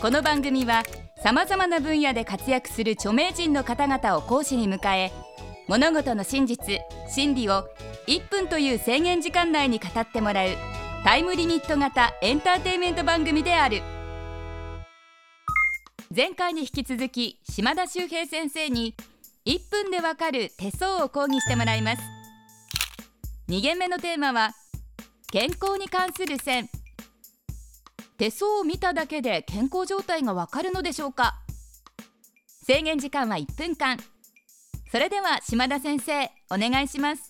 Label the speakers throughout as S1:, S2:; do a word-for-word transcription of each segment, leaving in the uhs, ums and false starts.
S1: この番組はさまざまな分野で活躍する著名人の方々を講師に迎え、物事の真実、真理をいっぷんという制限時間内に語ってもらうタイムリミット型エンターテインメント番組である。前回に引き続き島田秀平先生にいっぷんでわかる手相を講義してもらいます。に限目のテーマは健康に関する線。手相を見ただけで健康状態がわかるのでしょうか。制限時間はいっぷんかん。それでは島田先生、お願いします。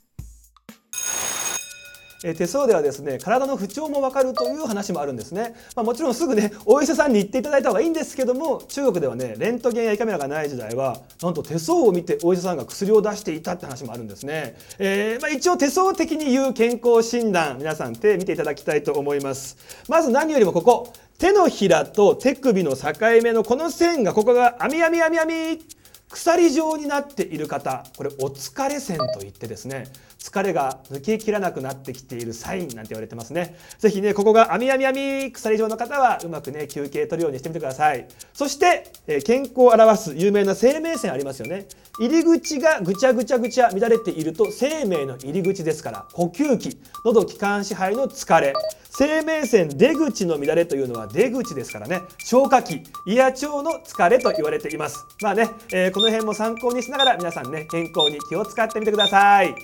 S2: え手相ではですね、体の不調も分かるという話もあるんですね。まあ、もちろんすぐねお医者さんに行っていただいた方がいいんですけども、中国ではねレントゲンや胃カメラがない時代はなんと手相を見てお医者さんが薬を出していたって話もあるんですね。えーまあ、一応手相的に言う健康診断、皆さん手見ていただきたいと思います。まず何よりもここ手のひらと手首の境目のこの線が、ここが網網網網鎖状になっている方、これお疲れ線といってですね、疲れが抜けきらなくなってきているサインなんて言われてますね。ぜひねここが網網網鎖状の方はうまくね休憩取るようにしてみてください。そして、えー、健康を表す有名な生命線ありますよね。入り口がぐちゃぐちゃぐちゃ乱れていると生命の入り口ですから、呼吸器、喉気管支肺の疲れ。生命線出口の乱れというのは出口ですからね、消化器、胃や腸の疲れと言われています。まあね、えー、この辺も参考にしながら皆さんね健康に気を使ってみてください。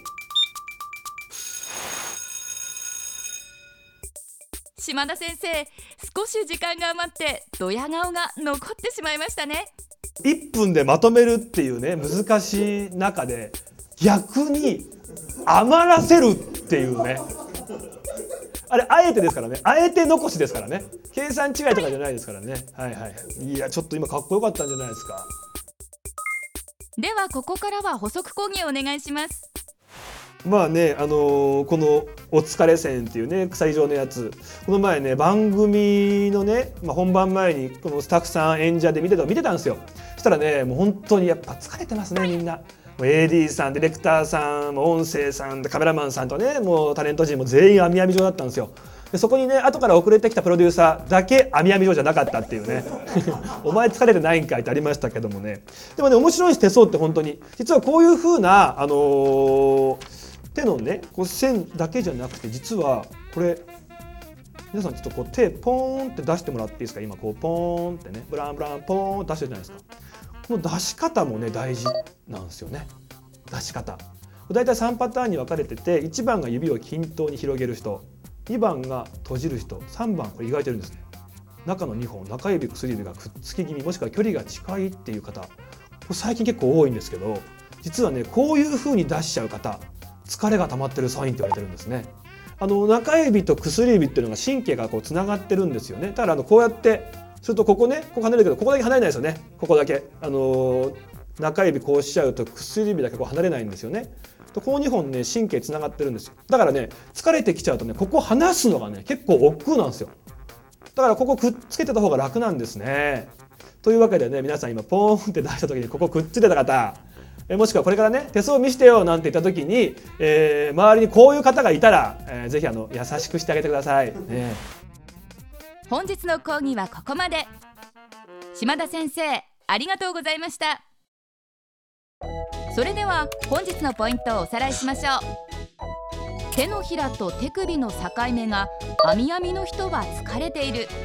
S1: 島田先生、少し時間が余ってドヤ顔が残ってしまいましたね。
S2: いっぷんでまとめるっていうね難しい中で逆に余らせるっていうね、あれあえてですからね、あえて残しですからね、計算違いとかじゃないですからね。はいはい、いやちょっと今かっこよかったんじゃないですか。
S1: ではここからは補足講義をお願いします。
S2: まあね、あのー、このお疲れ線っていうね鎖状のやつ、この前ね番組のね、まあ、本番前にこのスタッフさん演者で見てた見てたんですよ。そしたらねもう本当にやっぱ疲れてますねみんな。エーディー さん、ディレクターさん、音声さん、カメラマンさんとね、もうタレント陣も全員網網状だったんですよ。でそこにね後から遅れてきたプロデューサーだけ網網状じゃなかったっていうねお前疲れてないんかいってありましたけどもね。でもね面白いし手相って本当に実はこういう風なあのー、手のねこう線だけじゃなくて、実はこれ皆さんちょっとこう手ポーンって出してもらっていいですか。今こうポーンってねブランブランポーン出してるじゃないですか。この出し方もね大事なんですよね。出し方だいたいさんパターンに分かれてて、いちばんが指を均等に広げる人、にばんが閉じる人、さんばんこれ意外といるんですね。中のにほん、中指薬指がくっつき気味、もしくは距離が近いっていう方、これ最近結構多いんですけど、実はねこういう風に出しちゃう方、疲れが溜まってるサインって言われてるんですね。あの中指と薬指っていうのが神経がこうつながってるんですよね。だからあのこうやってするとここねここ離れるけど、ここだけ離れないですよね。ここだけあのー、中指こうしちゃうと薬指だけこう離れないんですよね。このにほんね神経つながってるんですよ。だからね疲れてきちゃうとねここ離すのがね結構億劫なんですよ。だからここくっつけてた方が楽なんですね。というわけでね、皆さん今ポーンって出した時にここくっついてた方、えもしくはこれからね手相見してよなんて言った時に、えー、周りにこういう方がいたら、えー、ぜひあの優しくしてあげてください、ね、
S1: 本日の講義はここまで。島田先生ありがとうございました。それでは本日のポイントをおさらいしましょう。手のひらと手首の境目が網網の人は疲れている。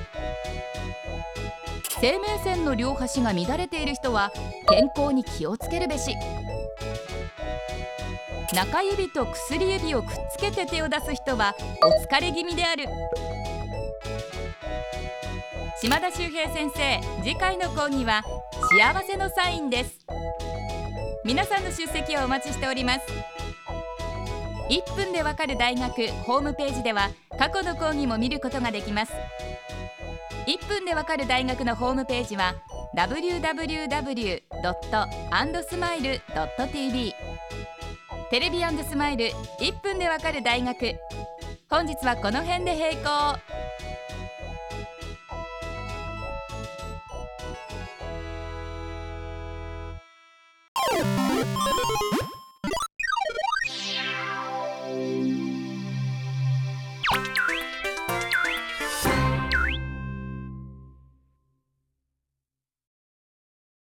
S1: 生命線の両端が乱れている人は健康に気をつけるべし。中指と薬指をくっつけて手を出す人はお疲れ気味である。島田秀平先生、次回の講義は幸せのサインです。皆さんの出席をお待ちしております。いっぷんでわかる大学ホームページでは過去の講義も見ることができます。いっぷんでわかる大学のホームページは ダブリューダブリューダブリュードットアンドスマイルドットティーブイ テレビ&スマイルいっぷんでわかる大学。本日はこの辺で閉校。